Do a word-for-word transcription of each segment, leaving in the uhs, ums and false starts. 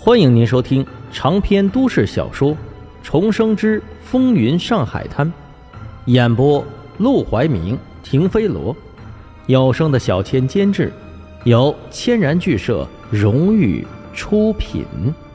欢迎您收听长篇都市小说《重生之风云上海滩》，演播陆怀明、停飞罗，有声的小千监制，由千然剧社荣誉出品。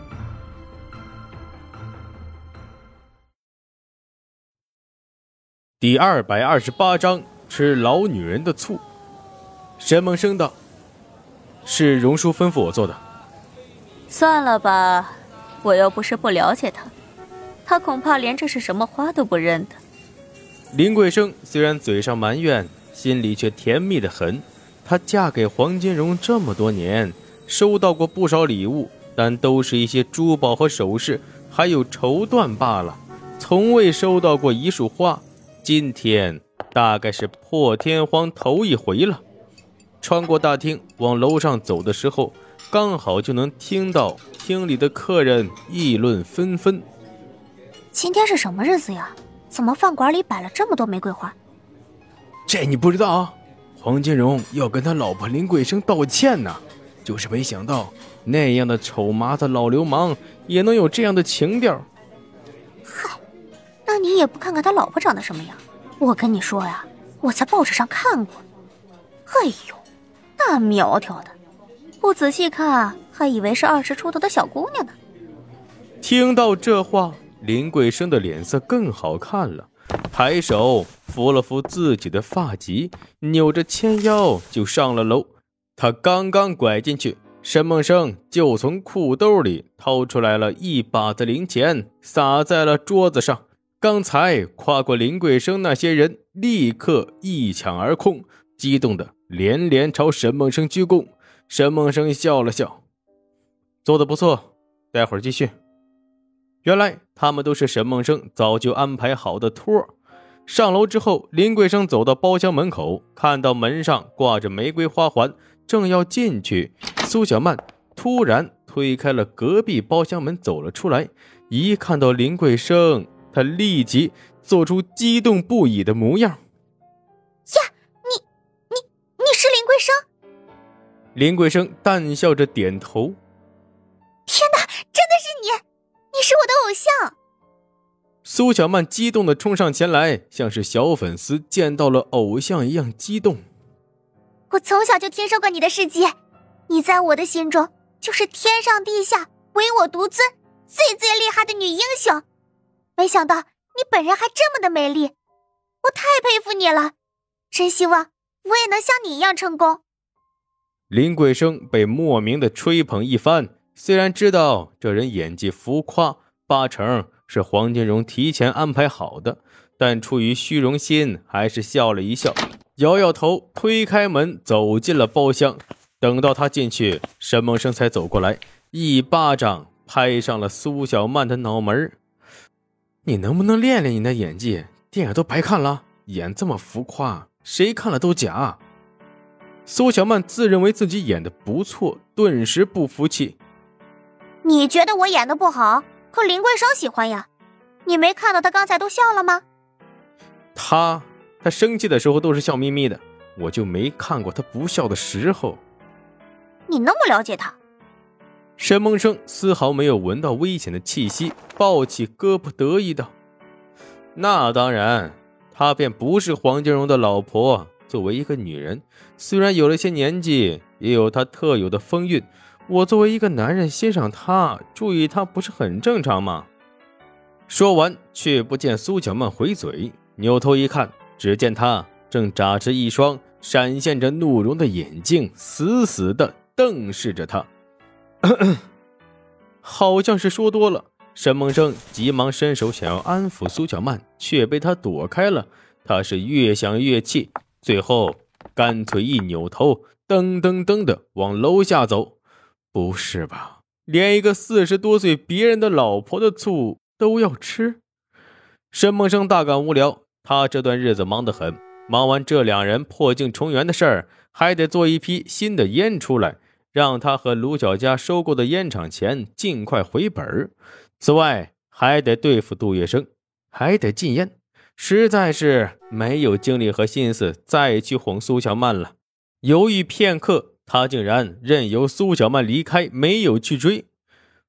第二百二十八章，吃老女人的醋。沈梦生道：“是荣叔吩咐我做的。” 算了吧，我又不是不了解他，他恐怕连这是什么花都不认得。 林桂生虽然嘴上埋怨，心里却甜蜜得很。她嫁给黄金荣这么多年，收到过不少礼物，但都是一些珠宝和首饰，还有绸缎罢了，从未收到过一束花。今天大概是破天荒头一回了。穿过大厅往楼上走的时候，刚好就能听到厅里的客人议论纷纷。 今天是什么日子呀？怎么饭馆里摆了这么多玫瑰花？ 这你不知道啊？黄金荣要跟他老婆林桂生道歉呢，就是没想到那样的丑麻子老流氓也能有这样的情调。 嗨，那你也不看看他老婆长得什么样？我跟你说呀，我在报纸上看过。哎呦，那苗条的，不仔细看还以为是二十出头的小姑娘呢。 听到这话，林桂生的脸色更好看了，抬手扶了扶自己的发髻，扭着纤腰就上了楼。他刚刚拐进去，沈梦生就从裤兜里掏出来了一把的零钱，撒在了桌子上。刚才跨过林桂生那些人立刻一抢而空，激动的连连朝沈梦生鞠躬。沈梦生笑了笑：“做得不错，待会儿继续。”原来他们都是沈梦生早就安排好的托。上楼之后，林桂生走到包厢门口，看到门上挂着玫瑰花环，正要进去，苏小曼突然推开了隔壁包厢门走了出来。一看到林桂生，她立即做出激动不已的模样。 呀，你你你是林桂生？ 林桂生淡笑着点头。 天哪，真的是你！你是我的偶像！ 苏小曼激动地冲上前来，像是小粉丝见到了偶像一样激动。 我从小就听说过你的事迹，你在我的心中就是天上地下唯我独尊最最厉害的女英雄。没想到你本人还这么的美丽，我太佩服你了，真希望我也能像你一样成功。 林桂生被莫名的吹捧一番，虽然知道这人演技浮夸，八成是黄金荣提前安排好的，但出于虚荣心，还是笑了一笑，摇摇头，推开门走进了包厢。等到他进去，沈梦生才走过来，一巴掌拍上了苏小曼的脑门。你能不能练练你的演技？电影都白看了，演这么浮夸，谁看了都假。苏小曼自认为自己演得不错，顿时不服气。 你觉得我演得不好，可林桂生喜欢呀。你没看到他刚才都笑了吗？ 他他生气的时候都是笑眯眯的，我就没看过他不笑的时候。 你那么了解他？ 沈梦生丝毫没有闻到危险的气息，抱起胳膊得意道：“那当然，她便不是黄金荣的老婆。作为一个女人，虽然有了些年纪，也有她特有的风韵。我作为一个男人欣赏她，注意她，不是很正常吗？”说完，却不见苏小曼回嘴，扭头一看，只见她正眨着一双闪现着怒容的眼睛，死死地瞪视着他。咳咳，好像是说多了，沈梦生急忙伸手想要安抚苏小曼，却被他躲开了。他是越想越气，最后干脆一扭头，噔噔噔的往楼下走。不是吧，连一个四十多岁别人的老婆的醋都要吃？沈梦生大感无聊，他这段日子忙得很，忙完这两人破镜重圆的事儿，还得做一批新的烟出来，让他和卢小家收购的烟厂钱尽快回本。此外还得对付杜月笙，还得禁烟，实在是没有精力和心思再去哄苏小曼了。犹豫片刻，他竟然任由苏小曼离开，没有去追。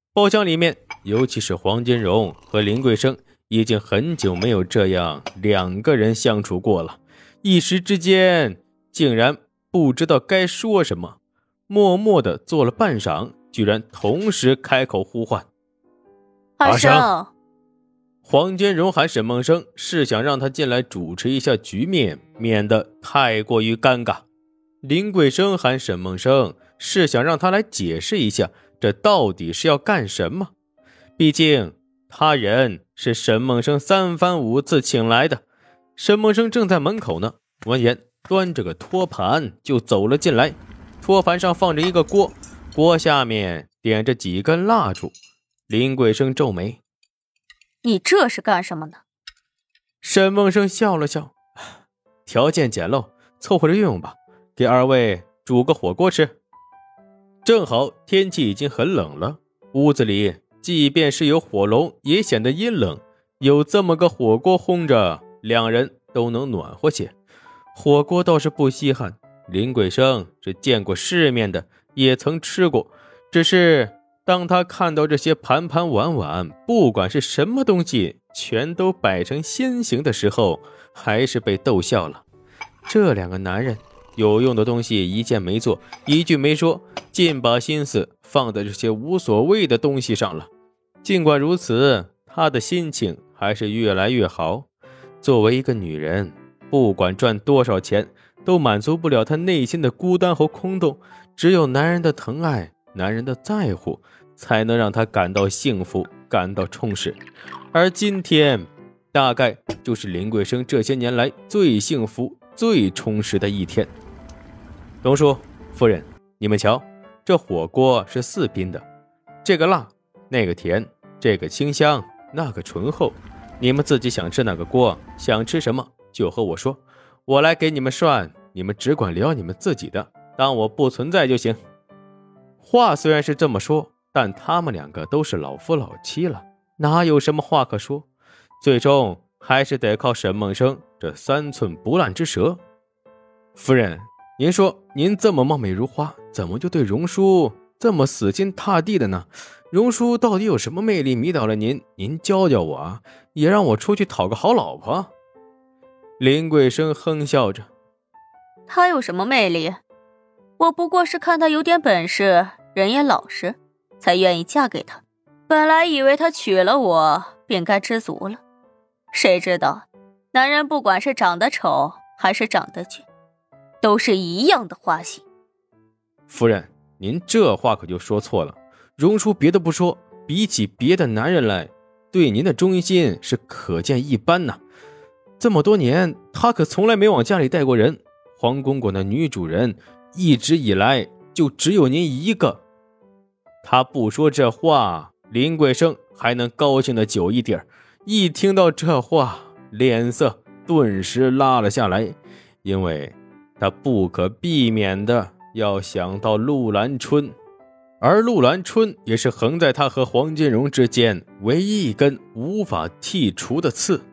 包厢里面，尤其是黄金荣和林桂生，已经很久没有这样两个人相处过了，一时之间竟然不知道该说什么，默默地坐了半晌，居然同时开口呼唤： 阿生！ 黄金荣喊沈梦生是想让他进来主持一下局面，免得太过于尴尬。林桂生喊沈梦生是想让他来解释一下这到底是要干什么，毕竟他人是沈梦生三番五次请来的。沈梦生正在门口呢，闻言端着个托盘就走了进来，托盘上放着一个锅，锅下面点着几根蜡烛。林桂生皱眉： 你这是干什么呢？ 沈梦生笑了笑：条件简陋，凑合着用用吧，给二位煮个火锅吃。正好天气已经很冷了，屋子里即便是有火龙也显得阴冷，有这么个火锅烘着，两人都能暖和些。火锅倒是不稀罕，林桂生是见过世面的，也曾吃过，只是当他看到这些盘盘碗碗，不管是什么东西全都摆成仙形的时候，还是被逗笑了。这两个男人有用的东西一件没做，一句没说，尽把心思放在这些无所谓的东西上了。尽管如此，他的心情还是越来越好。作为一个女人，不管赚多少钱，都满足不了她内心的孤单和空洞，只有男人的疼爱，男人的在乎，才能让她感到幸福，感到充实。而今天大概就是林桂生这些年来最幸福最充实的一天。龙叔夫人，你们瞧，这火锅是四拼的，这个辣，那个甜，这个清香，那个醇厚，你们自己想吃哪个锅，想吃什么就和我说，我来给你们涮，你们只管聊你们自己的，当我不存在就行。话虽然是这么说，但他们两个都是老夫老妻了，哪有什么话可说，最终还是得靠沈梦生这三寸不烂之舌。夫人，您说您这么貌美如花，怎么就对荣叔这么死心塌地的呢？荣叔到底有什么魅力迷倒了您？您教教我啊，也让我出去讨个好老婆。林桂生哼笑着： 他有什么魅力？我不过是看他有点本事，人也老实，才愿意嫁给他。本来以为他娶了我便该知足了，谁知道男人不管是长得丑还是长得俊，都是一样的花心。 夫人，您这话可就说错了。荣叔别的不说，比起别的男人来，对您的忠心是可见一斑呐。这么多年，他可从来没往家里带过人。黄公公的女主人，一直以来就只有您一个。他不说这话，林桂生还能高兴的久一点，一听到这话，脸色顿时拉了下来，因为他不可避免的要想到陆兰春，而陆兰春也是横在他和黄金荣之间唯一一根无法剔除的刺。